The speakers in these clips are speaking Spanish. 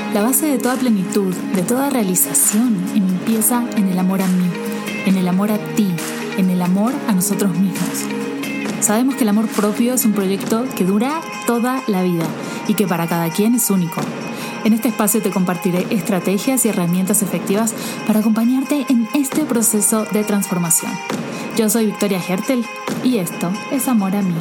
La base de toda plenitud, de toda realización, empieza en el amor a mí, en el amor a ti, en el amor a nosotros mismos. Sabemos que el amor propio es un proyecto que dura toda la vida y que para cada quien es único. En este espacio te compartiré estrategias y herramientas efectivas para acompañarte en este proceso de transformación. Yo soy Victoria Hertel y esto es Amor a mí.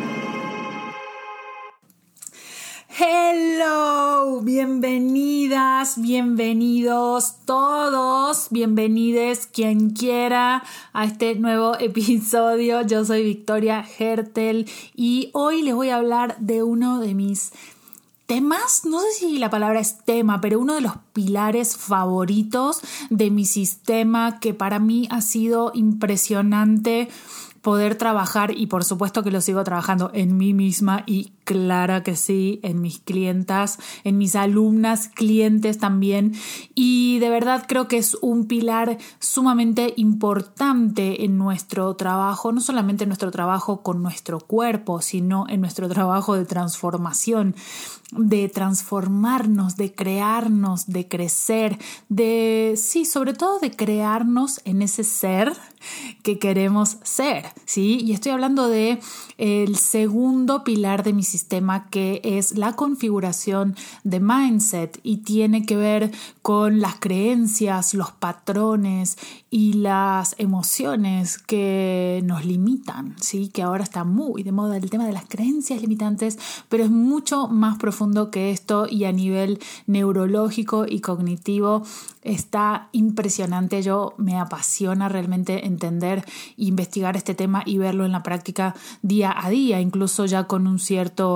Hello, bienvenidas, bienvenidos todos, bienvenides quien quiera a este nuevo episodio. Yo soy Victoria Hertel y hoy les voy a hablar de uno de mis temas, no sé si la palabra es tema, pero uno de los pilares favoritos de mi sistema que para mí ha sido impresionante poder trabajar y por supuesto que lo sigo trabajando en mí misma y claro que sí, en mis clientas, en mis alumnas, clientes también. Y de verdad creo que es un pilar sumamente importante en nuestro trabajo, no solamente en nuestro trabajo con nuestro cuerpo, sino en nuestro trabajo de transformación, de transformarnos, de crearnos, de crecer, sobre todo de crearnos en ese ser que queremos ser, ¿sí? Y estoy hablando de el segundo pilar de mi sistema, que es la configuración de mindset y tiene que ver con las creencias, los patrones y las emociones que nos limitan, ¿sí? Que ahora está muy de moda el tema de las creencias limitantes, pero es mucho más profundo que esto y a nivel neurológico y cognitivo está impresionante. Yo me apasiona realmente entender e investigar este tema y verlo en la práctica día a día, incluso ya con un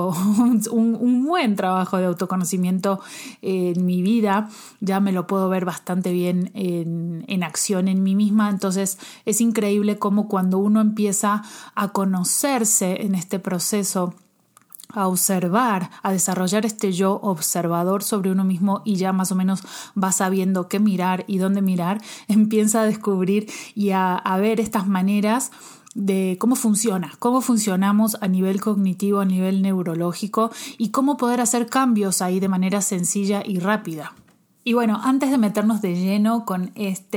buen trabajo de autoconocimiento en mi vida, ya me lo puedo ver bastante bien en acción en mí misma. Entonces es increíble cómo cuando uno empieza a conocerse en este proceso, a observar, a desarrollar este yo observador sobre uno mismo y ya más o menos va sabiendo qué mirar y dónde mirar, empieza a descubrir y a ver estas maneras de cómo funcionamos a nivel cognitivo, a nivel neurológico y cómo poder hacer cambios ahí de manera sencilla y rápida. Y bueno, antes de meternos de lleno con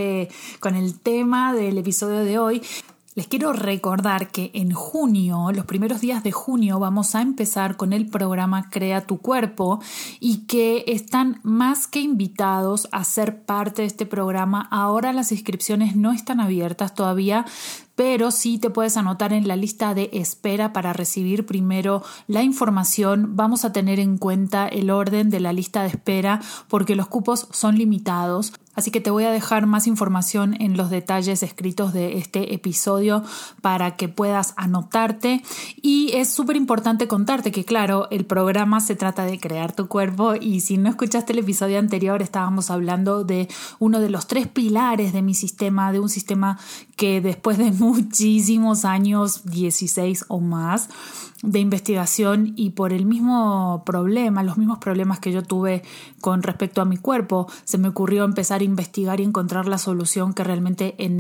el tema del episodio de hoy, les quiero recordar que en junio, los primeros días de junio, vamos a empezar con el programa Crea tu Cuerpo y que están más que invitados a ser parte de este programa. Ahora las inscripciones no están abiertas todavía, pero sí te puedes anotar en la lista de espera para recibir primero la información. Vamos a tener en cuenta el orden de la lista de espera porque los cupos son limitados. Así que te voy a dejar más información en los detalles escritos de este episodio para que puedas anotarte. Y es súper importante contarte que, claro, el programa se trata de crear tu cuerpo y si no escuchaste el episodio anterior, estábamos hablando de uno de los 3 pilares de mi sistema, de un sistema que después de muchísimos años, 16 o más, de investigación y por el mismo problema, los mismos problemas que yo tuve con respecto a mi cuerpo, se me ocurrió empezar a investigar y encontrar la solución que realmente en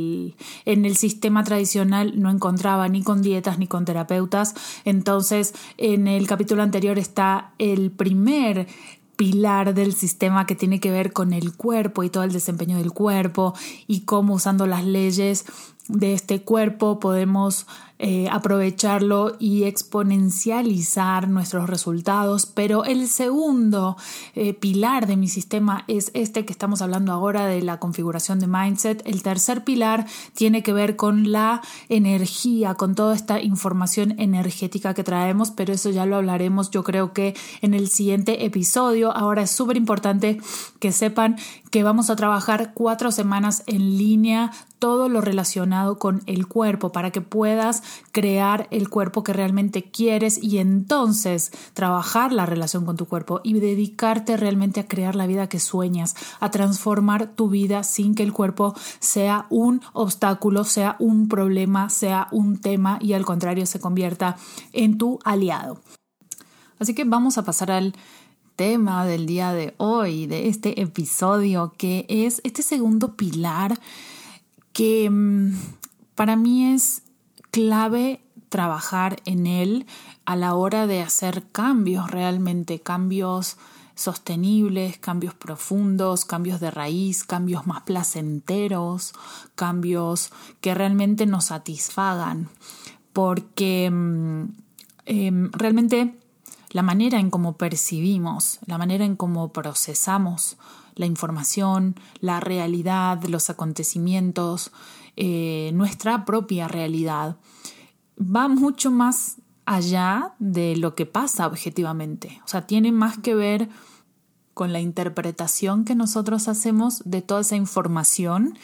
el sistema tradicional no encontraba ni con dietas ni con terapeutas. Entonces, en el capítulo anterior está el primer pilar del sistema que tiene que ver con el cuerpo y todo el desempeño del cuerpo y cómo usando las leyes de este cuerpo podemos aprovecharlo y exponencializar nuestros resultados. Pero el segundo pilar de mi sistema es este que estamos hablando ahora, de la configuración de mindset. El tercer pilar tiene que ver con la energía, con toda esta información energética que traemos, pero eso ya lo hablaremos yo creo que en el siguiente episodio. Ahora es súper importante que sepan que vamos a trabajar 4 semanas en línea, todo lo relacionado con el cuerpo para que puedas crear el cuerpo que realmente quieres y entonces trabajar la relación con tu cuerpo y dedicarte realmente a crear la vida que sueñas, a transformar tu vida sin que el cuerpo sea un obstáculo, sea un problema, sea un tema y al contrario se convierta en tu aliado. Así que vamos a pasar al tema del día de hoy, de este episodio, que es este segundo pilar que para mí es clave trabajar en él a la hora de hacer cambios, realmente cambios sostenibles, cambios profundos, cambios de raíz, cambios más placenteros, cambios que realmente nos satisfagan, porque realmente la manera en cómo percibimos, la manera en cómo procesamos la información, la realidad, los acontecimientos, nuestra propia realidad, va mucho más allá de lo que pasa objetivamente. O sea, tiene más que ver con la interpretación que nosotros hacemos de toda esa información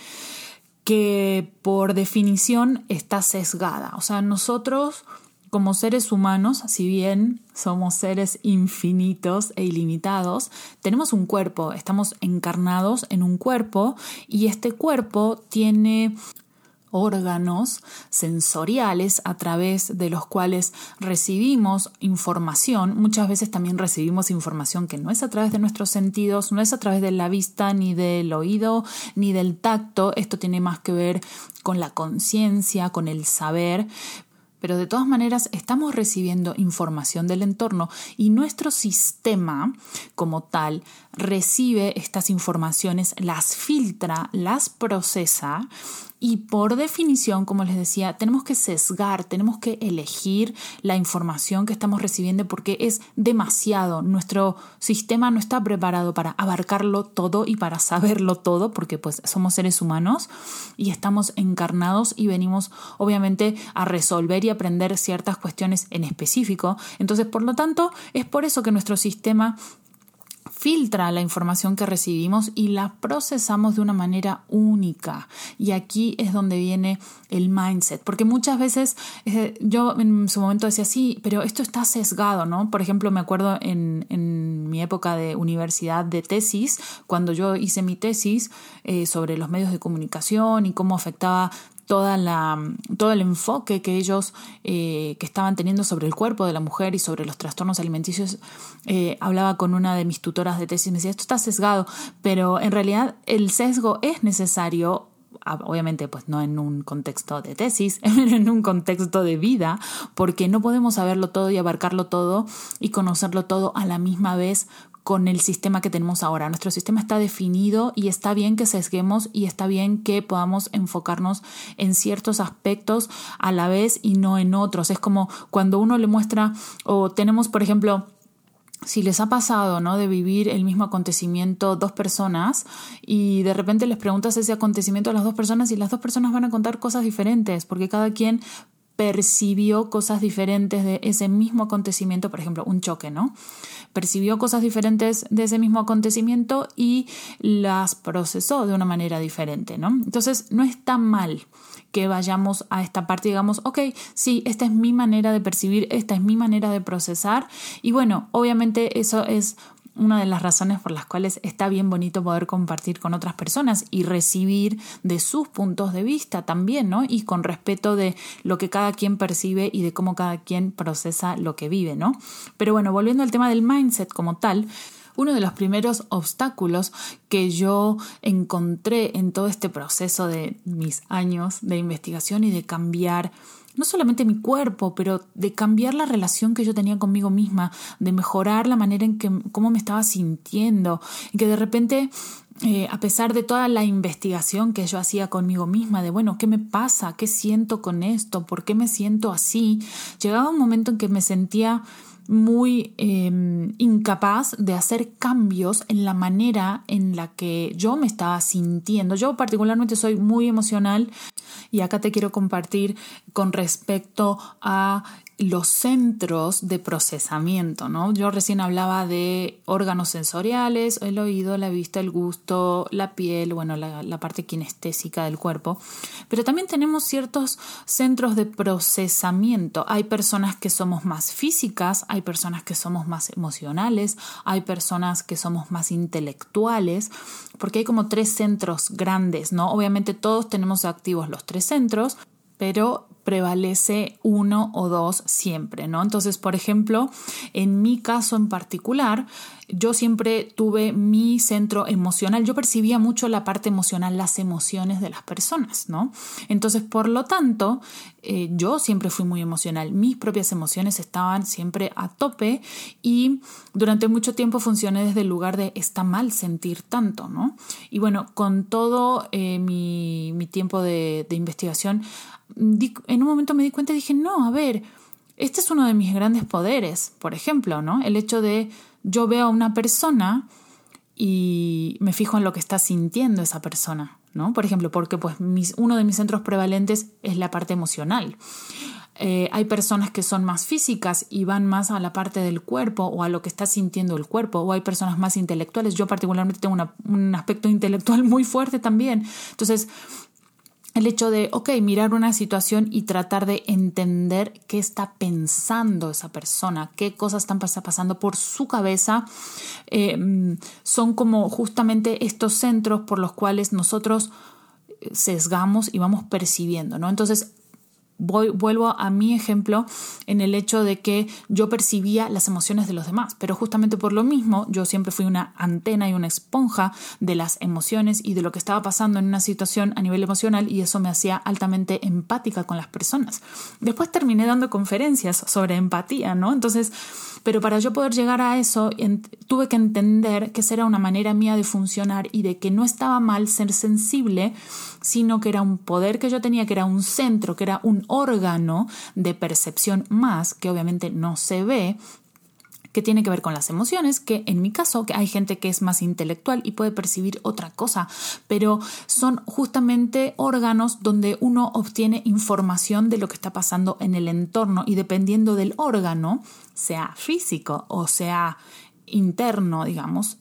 que por definición está sesgada. O sea, nosotros como seres humanos, si bien somos seres infinitos e ilimitados, tenemos un cuerpo, estamos encarnados en un cuerpo y este cuerpo tiene órganos sensoriales a través de los cuales recibimos información. Muchas veces también recibimos información que no es a través de nuestros sentidos, no es a través de la vista, ni del oído, ni del tacto. Esto tiene más que ver con la conciencia, con el saber. Pero de todas maneras estamos recibiendo información del entorno y nuestro sistema como tal recibe estas informaciones, las filtra, las procesa y por definición, como les decía, tenemos que sesgar, tenemos que elegir la información que estamos recibiendo porque es demasiado. Nuestro sistema no está preparado para abarcarlo todo y para saberlo todo porque pues somos seres humanos y estamos encarnados y venimos obviamente a resolver y aprender ciertas cuestiones en específico. Entonces, por lo tanto, es por eso que nuestro sistema filtra la información que recibimos y la procesamos de una manera única. Y aquí es donde viene el mindset, porque muchas veces yo en su momento decía, sí, pero esto está sesgado, ¿no? Por ejemplo, me acuerdo en mi época de universidad de tesis, cuando yo hice mi tesis sobre los medios de comunicación y cómo afectaba todo el enfoque que ellos que estaban teniendo sobre el cuerpo de la mujer y sobre los trastornos alimenticios. Hablaba con una de mis tutoras de tesis y me decía, esto está sesgado, pero en realidad el sesgo es necesario, obviamente pues no en un contexto de tesis, en un contexto de vida, porque no podemos saberlo todo y abarcarlo todo y conocerlo todo a la misma vez con el sistema que tenemos ahora. Nuestro sistema está definido y está bien que sesguemos y está bien que podamos enfocarnos en ciertos aspectos a la vez y no en otros. Es como cuando uno le muestra o tenemos, por ejemplo, si les ha pasado, ¿no?, de vivir el mismo acontecimiento dos personas y de repente les preguntas ese acontecimiento a las dos personas y las dos personas van a contar cosas diferentes porque cada quien percibió cosas diferentes de ese mismo acontecimiento, por ejemplo, un choque, ¿no? Percibió cosas diferentes de ese mismo acontecimiento y las procesó de una manera diferente, ¿no? Entonces, no está mal que vayamos a esta parte y digamos, ok, sí, esta es mi manera de percibir, esta es mi manera de procesar y bueno, obviamente eso es una de las razones por las cuales está bien bonito poder compartir con otras personas y recibir de sus puntos de vista también, ¿no? Y con respeto de lo que cada quien percibe y de cómo cada quien procesa lo que vive, ¿no? Pero bueno, volviendo al tema del mindset como tal, uno de los primeros obstáculos que yo encontré en todo este proceso de mis años de investigación y de cambiar no solamente mi cuerpo, pero de cambiar la relación que yo tenía conmigo misma, de mejorar la manera en que cómo me estaba sintiendo, y que de repente, a pesar de toda la investigación que yo hacía conmigo misma, de bueno, ¿qué me pasa? ¿Qué siento con esto? ¿Por qué me siento así? Llegaba un momento en que me sentía muy incapaz de hacer cambios en la manera en la que yo me estaba sintiendo. Yo particularmente soy muy emocional y acá te quiero compartir con respecto a los centros de procesamiento, ¿no? Yo recién hablaba de órganos sensoriales, el oído, la vista, el gusto, la piel, bueno, la parte kinestésica del cuerpo, pero también tenemos ciertos centros de procesamiento. Hay personas que somos más físicas, hay personas que somos más emocionales, hay personas que somos más intelectuales, porque hay como 3 centros grandes, ¿no? Obviamente todos tenemos activos los 3 centros, pero prevalece uno o dos siempre, ¿no? Entonces, por ejemplo, en mi caso en particular, yo siempre tuve mi centro emocional. Yo percibía mucho la parte emocional, las emociones de las personas, ¿no? Entonces, por lo tanto, yo siempre fui muy emocional. Mis propias emociones estaban siempre a tope y durante mucho tiempo funcioné desde el lugar de está mal sentir tanto, ¿no? Y bueno, con todo mi tiempo de investigación, en un momento me di cuenta y dije, no, a ver, este es uno de mis grandes poderes, por ejemplo, ¿no? El hecho de yo veo a una persona y me fijo en lo que está sintiendo esa persona, ¿no? Por ejemplo, porque pues uno de mis centros prevalentes es la parte emocional. Hay personas que son más físicas y van más a la parte del cuerpo o a lo que está sintiendo el cuerpo, o hay personas más intelectuales. Yo particularmente tengo un aspecto intelectual muy fuerte también. Entonces, el hecho de, mirar una situación y tratar de entender qué está pensando esa persona, qué cosas están pasando por su cabeza, son como justamente estos centros por los cuales nosotros sesgamos y vamos percibiendo, ¿no? Entonces, vuelvo a mi ejemplo en el hecho de que yo percibía las emociones de los demás, pero justamente por lo mismo yo siempre fui una antena y una esponja de las emociones y de lo que estaba pasando en una situación a nivel emocional, y eso me hacía altamente empática con las personas. Después terminé dando conferencias sobre empatía, ¿no? Entonces, pero para yo poder llegar a eso tuve que entender que esa era una manera mía de funcionar y de que no estaba mal ser sensible, sino que era un poder que yo tenía, que era un centro, que era un órgano de percepción más, que obviamente no se ve, que tiene que ver con las emociones, que en mi caso que hay gente que es más intelectual y puede percibir otra cosa, pero son justamente órganos donde uno obtiene información de lo que está pasando en el entorno, y dependiendo del órgano, sea físico o sea interno, digamos,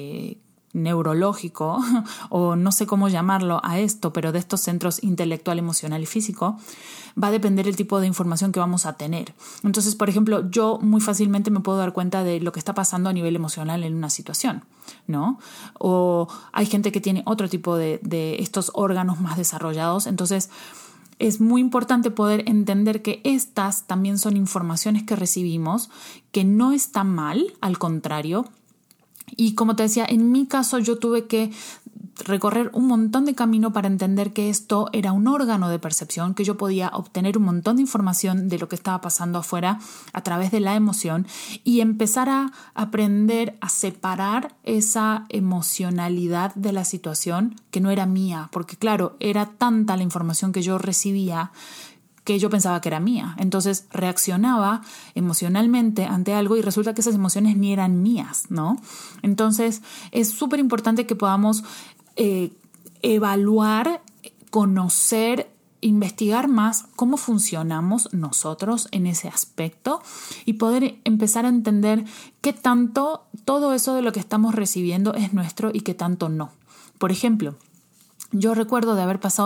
neurológico, o no sé cómo llamarlo a esto, pero de estos centros intelectual, emocional y físico, va a depender el tipo de información que vamos a tener. Entonces, por ejemplo, yo muy fácilmente me puedo dar cuenta de lo que está pasando a nivel emocional en una situación, ¿no? O hay gente que tiene otro tipo de estos órganos más desarrollados. Entonces, es muy importante poder entender que estas también son informaciones que recibimos, que no está mal, al contrario. Y como te decía, en mi caso yo tuve que recorrer un montón de camino para entender que esto era un órgano de percepción, que yo podía obtener un montón de información de lo que estaba pasando afuera a través de la emoción, y empezar a aprender a separar esa emocionalidad de la situación que no era mía, porque claro, era tanta la información que yo recibía que yo pensaba que era mía. Entonces reaccionaba emocionalmente ante algo y resulta que esas emociones ni eran mías, ¿no? Entonces es súper importante que podamos evaluar, conocer, investigar más cómo funcionamos nosotros en ese aspecto y poder empezar a entender qué tanto todo eso de lo que estamos recibiendo es nuestro y qué tanto no. Por ejemplo, yo recuerdo de haber pasado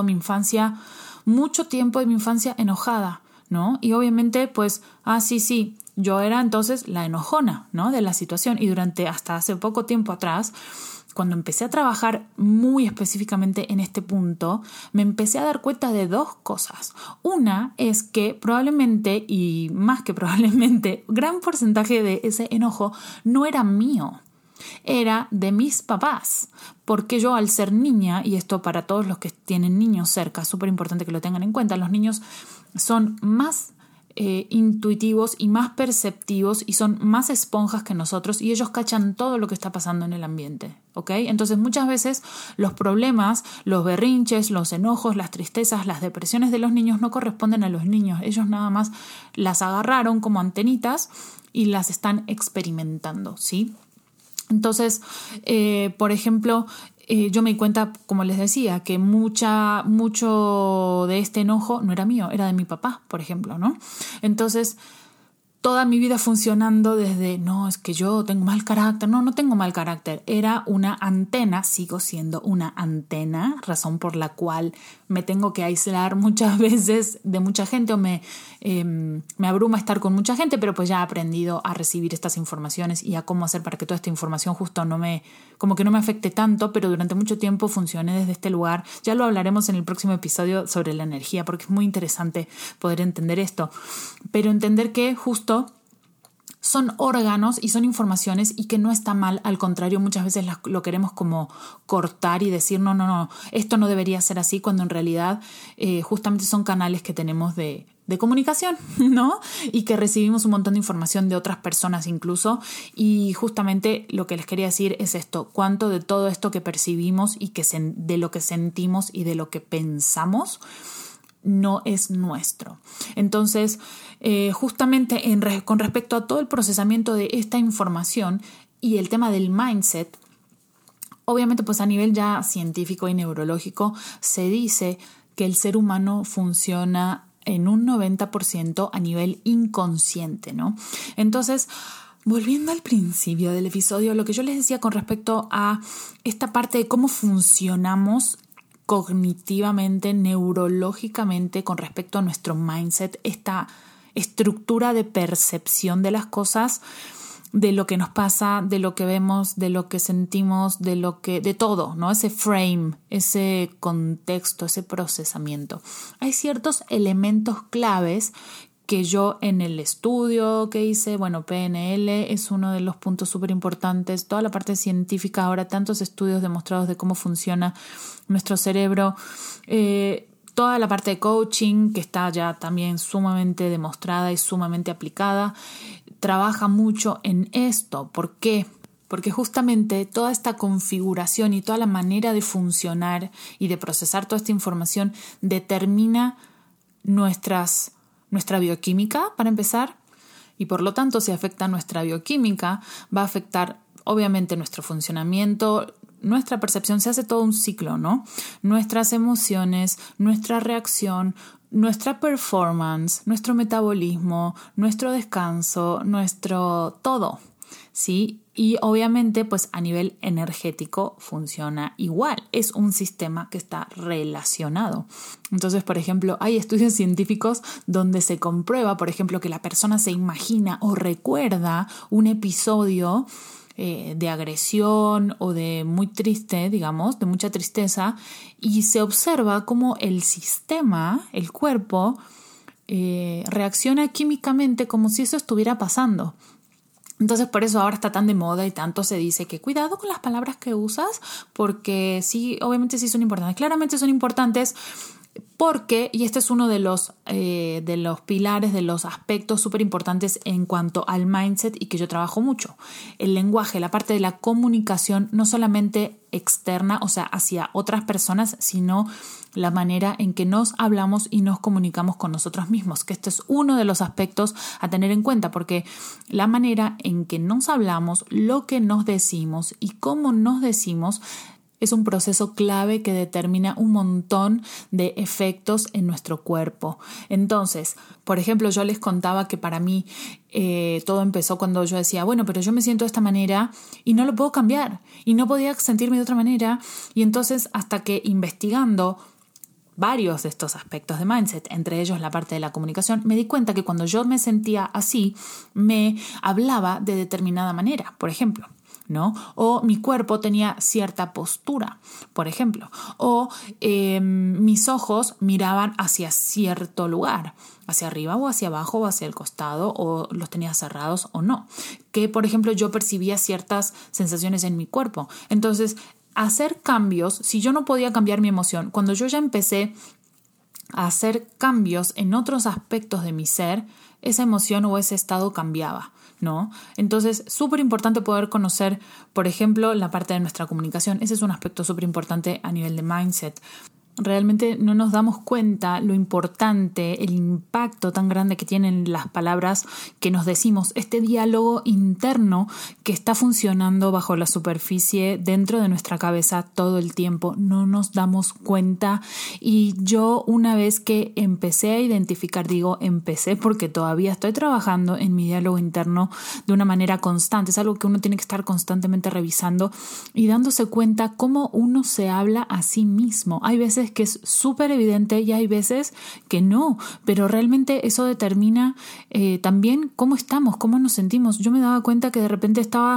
mucho tiempo de mi infancia enojada, ¿no? Y obviamente, pues, sí, yo era entonces la enojona, ¿no? De la situación. Y hasta hace poco tiempo atrás, cuando empecé a trabajar muy específicamente en este punto, me empecé a dar cuenta de dos cosas. Una es que probablemente, y más que probablemente, gran porcentaje de ese enojo no era mío. Era de mis papás, porque yo, al ser niña, y esto para todos los que tienen niños cerca, es súper importante que lo tengan en cuenta, los niños son más intuitivos y más perceptivos y son más esponjas que nosotros, y ellos cachan todo lo que está pasando en el ambiente, ¿ok? Entonces muchas veces los problemas, los berrinches, los enojos, las tristezas, las depresiones de los niños no corresponden a los niños. Ellos nada más las agarraron como antenitas y las están experimentando, ¿sí? Entonces, por ejemplo, yo me di cuenta, como les decía, que mucho de este enojo no era mío, era de mi papá, por ejemplo, ¿no? Entonces, toda mi vida funcionando desde, no, es que yo tengo mal carácter. No tengo mal carácter. Era una antena, sigo siendo una antena, razón por la cual me tengo que aislar muchas veces de mucha gente, o me abruma estar con mucha gente, pero pues ya he aprendido a recibir estas informaciones y a cómo hacer para que toda esta información justo no me como que no me afecte tanto, pero durante mucho tiempo funcioné desde este lugar. Ya lo hablaremos en el próximo episodio sobre la energía, porque es muy interesante poder entender esto. Pero entender que justo son órganos y son informaciones y que no está mal, al contrario, muchas veces lo queremos como cortar y decir no, esto no debería ser así, cuando en realidad justamente son canales que tenemos de comunicación, ¿no? Y que recibimos un montón de información de otras personas incluso, y justamente lo que les quería decir es esto: cuánto de todo esto que percibimos y de lo que sentimos y de lo que pensamos no es nuestro. Entonces, justamente con respecto a todo el procesamiento de esta información y el tema del mindset, obviamente pues a nivel ya científico y neurológico se dice que el ser humano funciona en un 90% a nivel inconsciente, ¿no? Entonces, volviendo al principio del episodio, lo que yo les decía con respecto a esta parte de cómo funcionamos cognitivamente, neurológicamente con respecto a nuestro mindset, esta estructura de percepción de las cosas, de lo que nos pasa, de lo que vemos, de lo que sentimos, de todo, ¿no? Ese frame, ese contexto, ese procesamiento. Hay ciertos elementos claves que yo en el estudio que hice, PNL es uno de los puntos súper importantes, toda la parte científica, ahora tantos estudios demostrados de cómo funciona nuestro cerebro, toda la parte de coaching que está ya también sumamente demostrada y sumamente aplicada, trabaja mucho en esto. ¿Por qué? Porque justamente toda esta configuración y toda la manera de funcionar y de procesar toda esta información determina nuestra bioquímica, para empezar, y por lo tanto, si afecta nuestra bioquímica, va a afectar obviamente nuestro funcionamiento, nuestra percepción, se hace todo un ciclo, ¿no? Nuestras emociones, nuestra reacción, nuestra performance, nuestro metabolismo, nuestro descanso, nuestro todo, ¿sí? Y obviamente, pues a nivel energético funciona igual. Es un sistema que está relacionado. Entonces, por ejemplo, hay estudios científicos donde se comprueba, por ejemplo, que la persona se imagina o recuerda un episodio de agresión o de muy triste, digamos, de mucha tristeza, y se observa cómo el sistema, el cuerpo, reacciona químicamente como si eso estuviera pasando. Entonces, por eso ahora está tan de moda y tanto se dice que cuidado con las palabras que usas, porque sí, obviamente sí son importantes. Claramente son importantes porque, y este es uno de los pilares, de los aspectos súper importantes en cuanto al mindset y que yo trabajo mucho. El lenguaje, la parte de la comunicación, no solamente externa, o sea, hacia otras personas, sino la manera en que nos hablamos y nos comunicamos con nosotros mismos, que este es uno de los aspectos a tener en cuenta, porque la manera en que nos hablamos, lo que nos decimos y cómo nos decimos es un proceso clave que determina un montón de efectos en nuestro cuerpo. Entonces, por ejemplo, yo les contaba que para mí todo empezó cuando yo decía, pero yo me siento de esta manera y no lo puedo cambiar y no podía sentirme de otra manera. Y entonces, hasta que investigando varios de estos aspectos de mindset, entre ellos la parte de la comunicación, me di cuenta que cuando yo me sentía así, me hablaba de determinada manera, por ejemplo, ¿no? O mi cuerpo tenía cierta postura, por ejemplo, o mis ojos miraban hacia cierto lugar, hacia arriba o hacia abajo o hacia el costado, o los tenía cerrados o no, que por ejemplo yo percibía ciertas sensaciones en mi cuerpo. Entonces, hacer cambios, si yo no podía cambiar mi emoción, cuando yo ya empecé a hacer cambios en otros aspectos de mi ser, esa emoción o ese estado cambiaba, ¿no? Entonces, súper importante poder conocer, por ejemplo, la parte de nuestra comunicación. Ese es un aspecto súper importante a nivel de mindset. Realmente no nos damos cuenta lo importante, el impacto tan grande que tienen las palabras que nos decimos, este diálogo interno que está funcionando bajo la superficie dentro de nuestra cabeza todo el tiempo. No nos damos cuenta, y yo una vez que empecé a identificar, empecé porque todavía estoy trabajando en mi diálogo interno de una manera constante. Es algo que uno tiene que estar constantemente revisando y dándose cuenta cómo uno se habla a sí mismo. Hay veces que es súper evidente y hay veces que no, pero realmente eso determina también cómo estamos, cómo nos sentimos. Yo me daba cuenta que de repente estaba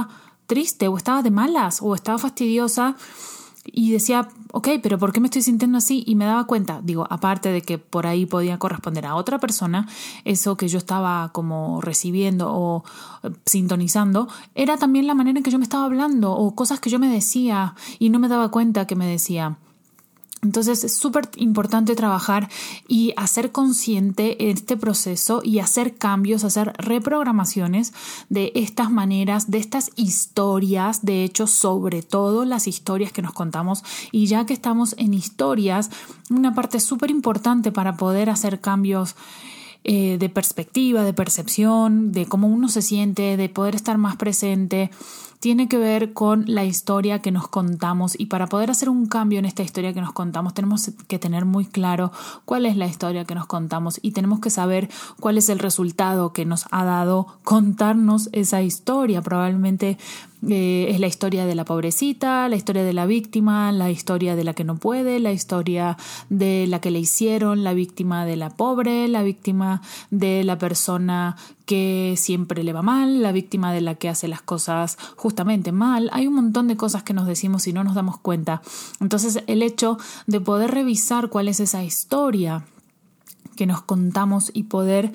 triste o estaba de malas o estaba fastidiosa y decía, ok, pero ¿por qué me estoy sintiendo así? Y me daba cuenta, aparte de que por ahí podía corresponder a otra persona, eso que yo estaba como recibiendo o sintonizando, era también la manera en que yo me estaba hablando o cosas que yo me decía y no me daba cuenta que me decía. Entonces es súper importante trabajar y hacer consciente este proceso y hacer cambios, hacer reprogramaciones de estas maneras, de estas historias, de hecho, sobre todo las historias que nos contamos. Y ya que estamos en historias, una parte súper importante para poder hacer cambios de perspectiva, de percepción, de cómo uno se siente, de poder estar más presente, tiene que ver con la historia que nos contamos, y para poder hacer un cambio en esta historia que nos contamos tenemos que tener muy claro cuál es la historia que nos contamos y tenemos que saber cuál es el resultado que nos ha dado contarnos esa historia. Probablemente es la historia de la pobrecita, la historia de la víctima, la historia de la que no puede, la historia de la que le hicieron, la víctima de la pobre, la víctima de la persona que siempre le va mal, la víctima de la que hace las cosas justamente mal. Hay un montón de cosas que nos decimos y no nos damos cuenta. Entonces, el hecho de poder revisar cuál es esa historia que nos contamos y poder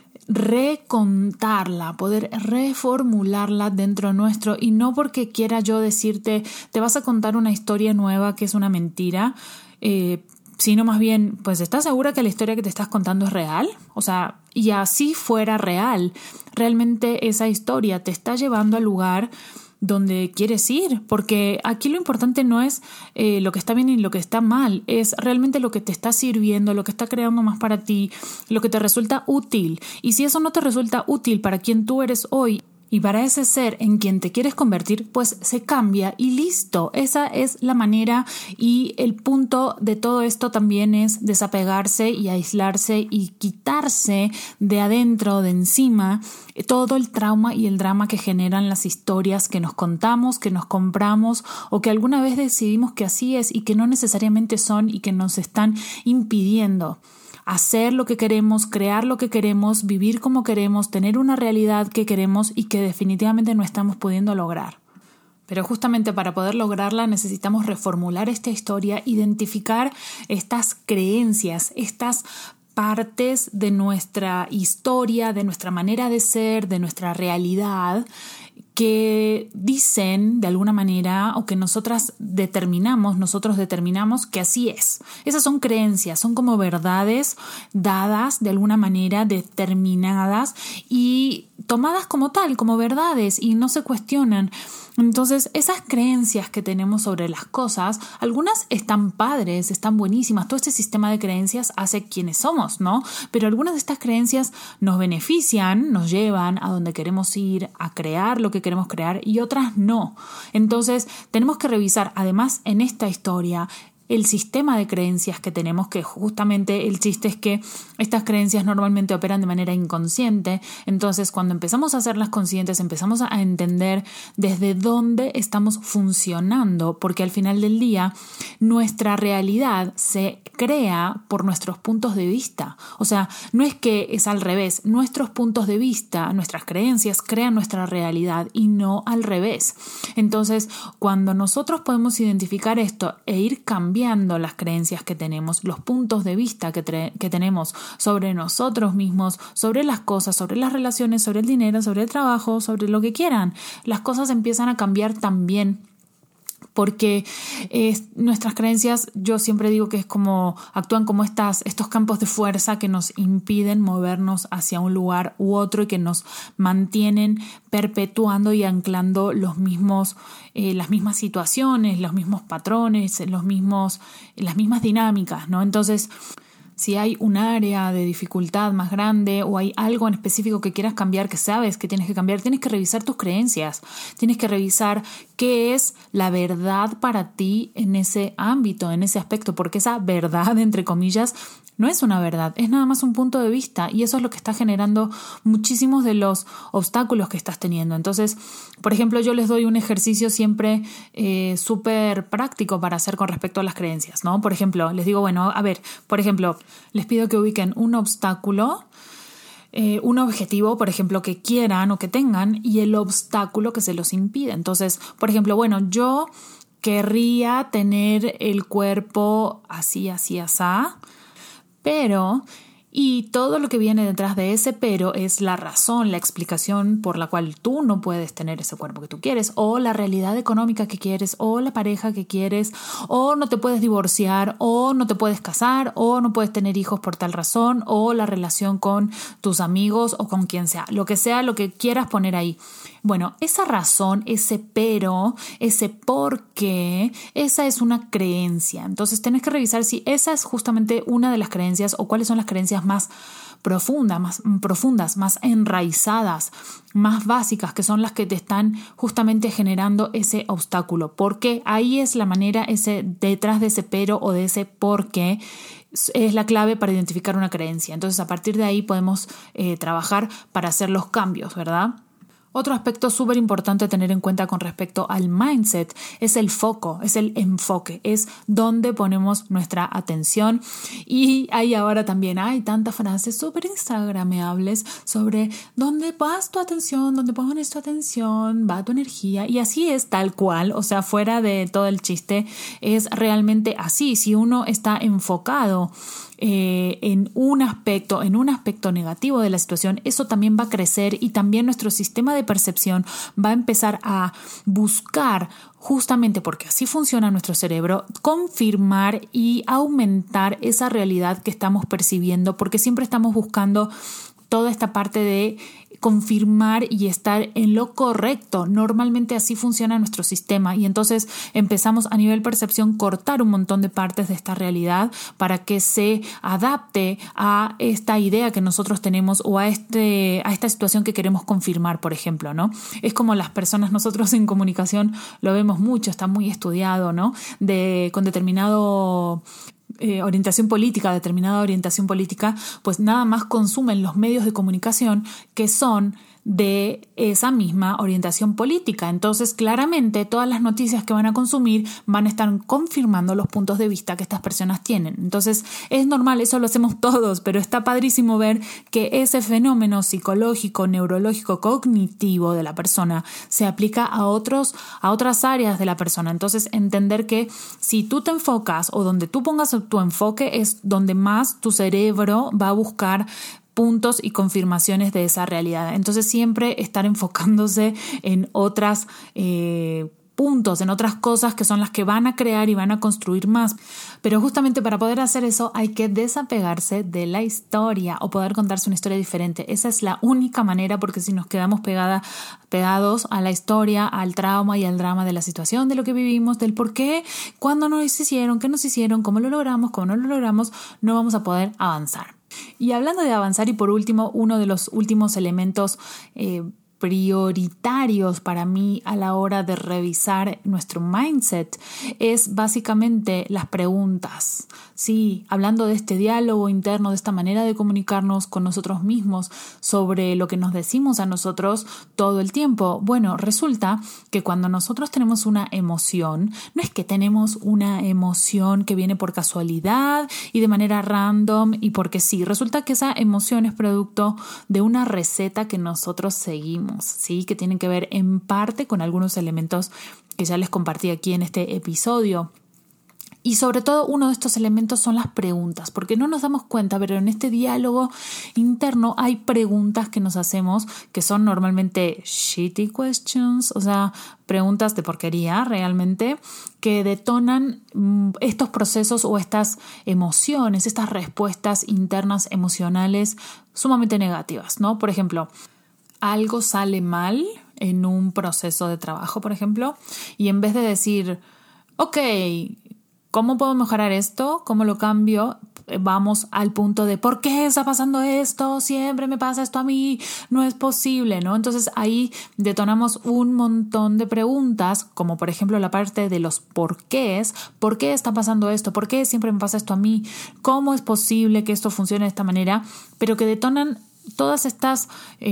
recontarla, poder reformularla dentro nuestro, y no porque quiera yo decirte te vas a contar una historia nueva que es una mentira, sino más bien, pues ¿estás segura que la historia que te estás contando es real? O sea, y así fuera real, realmente esa historia te está llevando al lugar donde quieres ir, porque aquí lo importante no es lo que está bien y lo que está mal, es realmente lo que te está sirviendo, lo que está creando más para ti, lo que te resulta útil. Y si eso no te resulta útil para quien tú eres hoy y para ese ser en quien te quieres convertir, pues se cambia y listo. Esa es la manera, y el punto de todo esto también es desapegarse y aislarse y quitarse de adentro, de encima, todo el trauma y el drama que generan las historias que nos contamos, que nos compramos o que alguna vez decidimos que así es y que no necesariamente son y que nos están impidiendo hacer lo que queremos, crear lo que queremos, vivir como queremos, tener una realidad que queremos y que definitivamente no estamos pudiendo lograr. Pero justamente para poder lograrla necesitamos reformular esta historia, identificar estas creencias, estas partes de nuestra historia, de nuestra manera de ser, de nuestra realidad, que dicen de alguna manera o que nosotros determinamos que así es. Esas son creencias, son como verdades dadas de alguna manera, determinadas y tomadas como tal, como verdades, y no se cuestionan. Entonces, esas creencias que tenemos sobre las cosas, algunas están padres, están buenísimas. Todo este sistema de creencias hace quienes somos, ¿no? Pero algunas de estas creencias nos benefician, nos llevan a donde queremos ir, a crear lo que queremos crear, y otras no. Entonces, tenemos que revisar, además, en esta historia, el sistema de creencias que tenemos, que justamente el chiste es que estas creencias normalmente operan de manera inconsciente. Entonces, cuando empezamos a hacerlas conscientes, empezamos a entender desde dónde estamos funcionando, porque al final del día nuestra realidad se crea por nuestros puntos de vista. O sea, no es que es al revés. Nuestros puntos de vista, nuestras creencias crean nuestra realidad y no al revés. Entonces, cuando nosotros podemos identificar esto e ir cambiando las creencias que tenemos, los puntos de vista que tenemos sobre nosotros mismos, sobre las cosas, sobre las relaciones, sobre el dinero, sobre el trabajo, sobre lo que quieran, las cosas empiezan a cambiar también. Porque nuestras creencias, yo siempre digo que es como actúan como estos campos de fuerza que nos impiden movernos hacia un lugar u otro y que nos mantienen perpetuando y anclando las mismas situaciones, los mismos patrones, las mismas dinámicas, ¿no? Entonces, si hay un área de dificultad más grande o hay algo en específico que quieras cambiar, que sabes que tienes que cambiar, tienes que revisar tus creencias, tienes que revisar qué es la verdad para ti en ese ámbito, en ese aspecto, porque esa verdad, entre comillas, no es una verdad, es nada más un punto de vista, y eso es lo que está generando muchísimos de los obstáculos que estás teniendo. Entonces, por ejemplo, yo les doy un ejercicio siempre súper práctico para hacer con respecto a las creencias, ¿no? Por ejemplo, les digo, bueno, a ver, por ejemplo, les pido que ubiquen un obstáculo un objetivo, por ejemplo, que quieran o que tengan y el obstáculo que se los impide. Entonces, por ejemplo, bueno, yo querría tener el cuerpo así, asá, pero... Y todo lo que viene detrás de ese pero es la razón, la explicación por la cual tú no puedes tener ese cuerpo que tú quieres, o la realidad económica que quieres, o la pareja que quieres, o no te puedes divorciar, o no te puedes casar, o no puedes tener hijos por tal razón, o la relación con tus amigos o con quien sea lo que quieras poner ahí. Bueno, esa razón, ese pero, ese por qué, esa es una creencia. Entonces tenés que revisar si esa es justamente una de las creencias o cuáles son las creencias más profundas, más enraizadas, más básicas, que son las que te están justamente generando ese obstáculo. Porque ahí es la manera, detrás de ese pero o de ese por qué, es la clave para identificar una creencia. Entonces a partir de ahí podemos trabajar para hacer los cambios, ¿verdad? Otro aspecto súper importante a tener en cuenta con respecto al mindset es el foco, es el enfoque, es donde ponemos nuestra atención. Y ahí ahora también hay tantas frases súper instagrameables sobre dónde vas tu atención, dónde pones tu atención, va tu energía. Y así es tal cual, o sea, fuera de todo el chiste, es realmente así. Si uno está enfocado en un aspecto negativo de la situación, eso también va a crecer y también nuestro sistema de percepción va a empezar a buscar, justamente porque así funciona nuestro cerebro, confirmar y aumentar esa realidad que estamos percibiendo, porque siempre estamos buscando toda esta parte de confirmar y estar en lo correcto. Normalmente así funciona nuestro sistema y entonces empezamos a nivel percepción cortar un montón de partes de esta realidad para que se adapte a esta idea que nosotros tenemos o a esta situación que queremos confirmar, por ejemplo, ¿no? Es como las personas, nosotros en comunicación lo vemos mucho, está muy estudiado, ¿no? Con determinada orientación política, pues nada más consumen los medios de comunicación que son de esa misma orientación política. Entonces, claramente, todas las noticias que van a consumir van a estar confirmando los puntos de vista que estas personas tienen. Entonces, es normal, eso lo hacemos todos, pero está padrísimo ver que ese fenómeno psicológico, neurológico, cognitivo de la persona se aplica a otras áreas de la persona. Entonces, entender que si tú te enfocas o donde tú pongas tu enfoque es donde más tu cerebro va a buscar puntos y confirmaciones de esa realidad. Entonces siempre estar enfocándose en otras puntos, en otras cosas que son las que van a crear y van a construir más. Pero justamente para poder hacer eso hay que desapegarse de la historia o poder contarse una historia diferente. Esa es la única manera, porque si nos quedamos pegados a la historia, al trauma y al drama de la situación, de lo que vivimos, del por qué, cuándo nos hicieron, qué nos hicieron, cómo lo logramos, cómo no lo logramos, no vamos a poder avanzar. Y hablando de avanzar, y por último, uno de los últimos elementos prioritarios para mí a la hora de revisar nuestro mindset es básicamente las preguntas. Sí, hablando de este diálogo interno, de esta manera de comunicarnos con nosotros mismos sobre lo que nos decimos a nosotros todo el tiempo. Bueno, resulta que cuando nosotros tenemos una emoción, no es que tenemos una emoción que viene por casualidad y de manera random y porque sí. Resulta que esa emoción es producto de una receta que nosotros seguimos, ¿sí? Que tienen que ver en parte con algunos elementos que ya les compartí aquí en este episodio. Y sobre todo uno de estos elementos son las preguntas, porque no nos damos cuenta, pero en este diálogo interno hay preguntas que nos hacemos que son normalmente shitty questions, o sea, preguntas de porquería realmente, que detonan estos procesos o estas emociones, estas respuestas internas emocionales sumamente negativas, ¿no? Por ejemplo, algo sale mal en un proceso de trabajo, por ejemplo, y en vez de decir, ok, ¿cómo puedo mejorar esto? ¿Cómo lo cambio? Vamos al punto de ¿por qué está pasando esto? Siempre me pasa esto a mí, no es posible, ¿no? Entonces ahí detonamos un montón de preguntas, como por ejemplo la parte de los porqués. ¿Por qué está pasando esto? ¿Por qué siempre me pasa esto a mí? ¿Cómo es posible que esto funcione de esta manera? Pero que detonan todos estos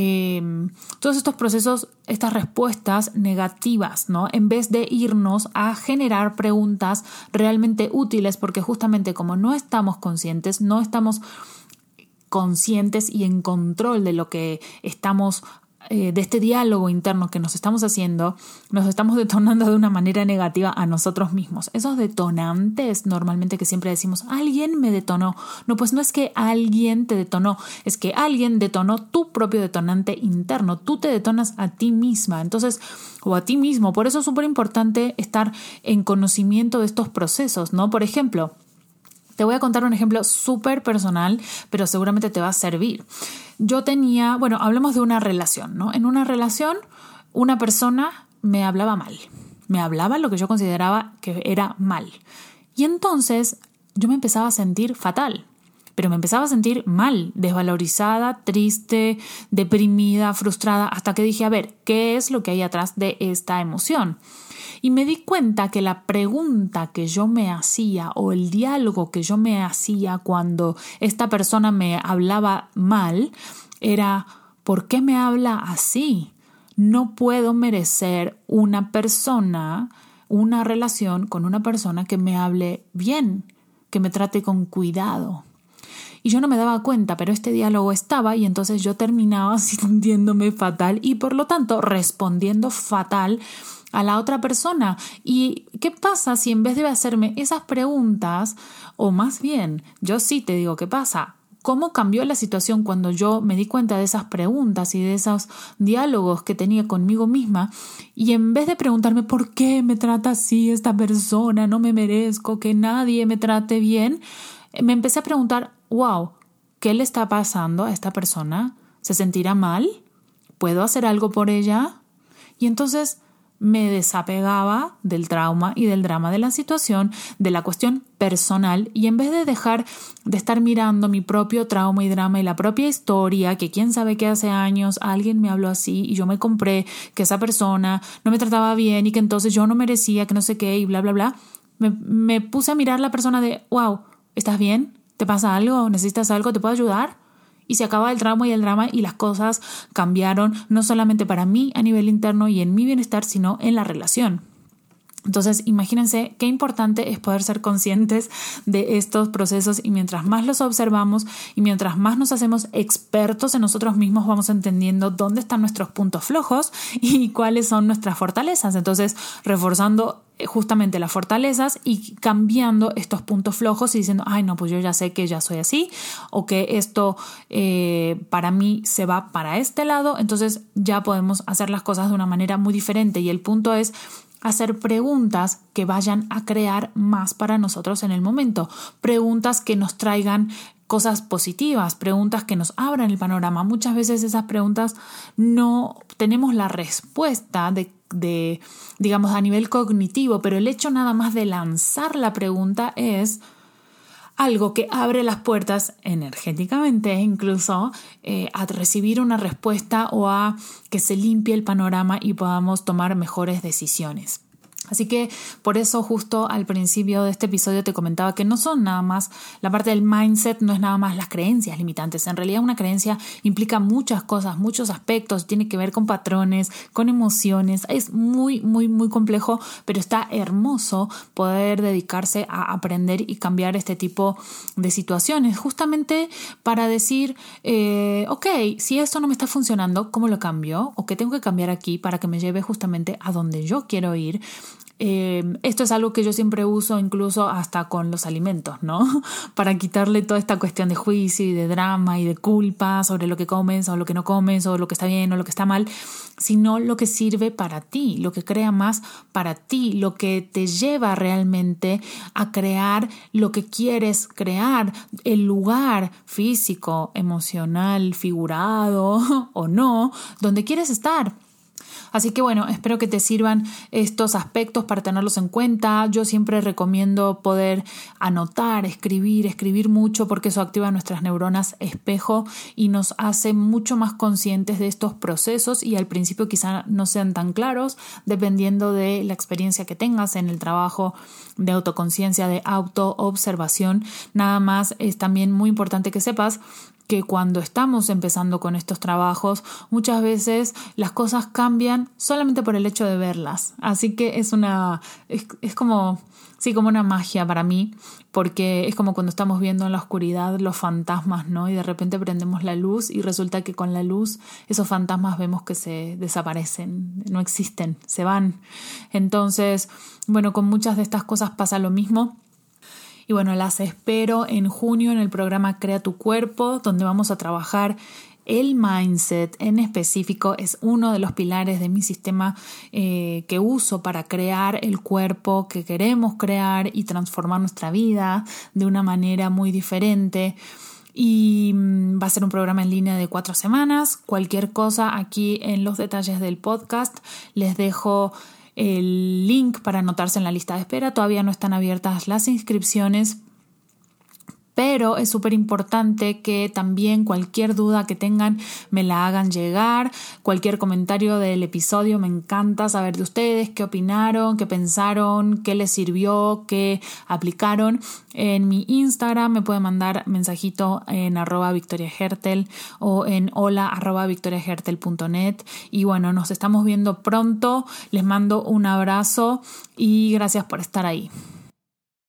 procesos, estas respuestas negativas, ¿no? En vez de irnos a generar preguntas realmente útiles, porque justamente como no estamos conscientes, no estamos conscientes y en control de lo que estamos de este diálogo interno que nos estamos haciendo, nos estamos detonando de una manera negativa a nosotros mismos. Esos detonantes normalmente que siempre decimos, alguien me detonó. No, pues no es que alguien te detonó, es que alguien detonó tu propio detonante interno. Tú te detonas a ti misma, entonces, o a ti mismo. Por eso es súper importante estar en conocimiento de estos procesos, ¿no? Por ejemplo, te voy a contar un ejemplo súper personal, pero seguramente te va a servir. Yo tenía, hablemos de una relación, ¿no? En una relación, una persona me hablaba mal. Me hablaba lo que yo consideraba que era mal. Y entonces yo me empezaba a sentir fatal. Pero me empezaba a sentir mal, desvalorizada, triste, deprimida, frustrada, hasta que dije, a ver, ¿qué es lo que hay atrás de esta emoción? Y me di cuenta que la pregunta que yo me hacía o el diálogo que yo me hacía cuando esta persona me hablaba mal era, ¿por qué me habla así? No puedo merecer una relación con una persona que me hable bien, que me trate con cuidado. Y yo no me daba cuenta, pero este diálogo estaba y entonces yo terminaba sintiéndome fatal y por lo tanto respondiendo fatal a la otra persona. ¿Y qué pasa si en vez de hacerme esas preguntas, o más bien, yo sí te digo qué pasa? ¿Cómo cambió la situación cuando yo me di cuenta de esas preguntas y de esos diálogos que tenía conmigo misma? Y en vez de preguntarme ¿por qué me trata así esta persona? No me merezco que nadie me trate bien. Me empecé a preguntar, wow, ¿qué le está pasando a esta persona? ¿Se sentirá mal? ¿Puedo hacer algo por ella? Y entonces me desapegaba del trauma y del drama de la situación, de la cuestión personal, y en vez de dejar de estar mirando mi propio trauma y drama y la propia historia, que quién sabe que hace años alguien me habló así y yo me compré que esa persona no me trataba bien y que entonces yo no merecía, que no sé qué y bla, bla, bla, me puse a mirar a la persona de, wow, ¿estás bien? ¿Te pasa algo? ¿Necesitas algo? ¿Te puedo ayudar? Y se acaba el trauma y el drama y las cosas cambiaron no solamente para mí a nivel interno y en mi bienestar, sino en la relación. Entonces, imagínense qué importante es poder ser conscientes de estos procesos y mientras más los observamos y mientras más nos hacemos expertos en nosotros mismos, vamos entendiendo dónde están nuestros puntos flojos y cuáles son nuestras fortalezas. Entonces, reforzando justamente las fortalezas y cambiando estos puntos flojos y diciendo, ay no, pues yo ya sé que ya soy así o que esto para mí se va para este lado, entonces ya podemos hacer las cosas de una manera muy diferente y el punto es hacer preguntas que vayan a crear más para nosotros en el momento, preguntas que nos traigan cosas positivas, preguntas que nos abran el panorama. Muchas veces esas preguntas no tenemos la respuesta de digamos, a nivel cognitivo, pero el hecho nada más de lanzar la pregunta es algo que abre las puertas energéticamente incluso a recibir una respuesta o a que se limpie el panorama y podamos tomar mejores decisiones. Así que por eso justo al principio de este episodio te comentaba que no son nada más, la parte del mindset no es nada más las creencias limitantes. En realidad una creencia implica muchas cosas, muchos aspectos, tiene que ver con patrones, con emociones. Es muy, muy, muy complejo, pero está hermoso poder dedicarse a aprender y cambiar este tipo de situaciones. Justamente para decir, ok, si esto no me está funcionando, ¿cómo lo cambio? ¿O qué tengo que cambiar aquí para que me lleve justamente a donde yo quiero ir? Esto es algo que yo siempre uso incluso hasta con los alimentos, ¿no? Para quitarle toda esta cuestión de juicio y de drama y de culpa sobre lo que comes o lo que no comes o lo que está bien o lo que está mal, sino lo que sirve para ti, lo que crea más para ti, lo que te lleva realmente a crear lo que quieres crear, el lugar físico, emocional, figurado o no, donde quieres estar. Así que bueno, espero que te sirvan estos aspectos para tenerlos en cuenta. Yo siempre recomiendo poder anotar, escribir mucho porque eso activa nuestras neuronas espejo y nos hace mucho más conscientes de estos procesos y al principio quizá no sean tan claros dependiendo de la experiencia que tengas en el trabajo de autoconciencia, de autoobservación. Nada más es también muy importante que sepas que cuando estamos empezando con estos trabajos, muchas veces las cosas cambian solamente por el hecho de verlas. Así que es como una magia para mí, porque es como cuando estamos viendo en la oscuridad los fantasmas, ¿no? Y de repente prendemos la luz y resulta que con la luz esos fantasmas vemos que se desaparecen, no existen, se van. Entonces, bueno, con muchas de estas cosas pasa lo mismo. Y bueno, las espero en junio en el programa Crea tu Cuerpo, donde vamos a trabajar el mindset en específico. Es uno de los pilares de mi sistema que uso para crear el cuerpo que queremos crear y transformar nuestra vida de una manera muy diferente. Y va a ser un programa en línea de 4 semanas. Cualquier cosa aquí en los detalles del podcast les dejo el link para anotarse en la lista de espera. Todavía no están abiertas las inscripciones, pero es súper importante que también cualquier duda que tengan me la hagan llegar. Cualquier comentario del episodio, me encanta saber de ustedes, qué opinaron, qué pensaron, qué les sirvió, qué aplicaron. En mi Instagram me pueden mandar mensajito en @victoriahertel o en hola@victoriahertel.net. Y bueno, nos estamos viendo pronto. Les mando un abrazo y gracias por estar ahí.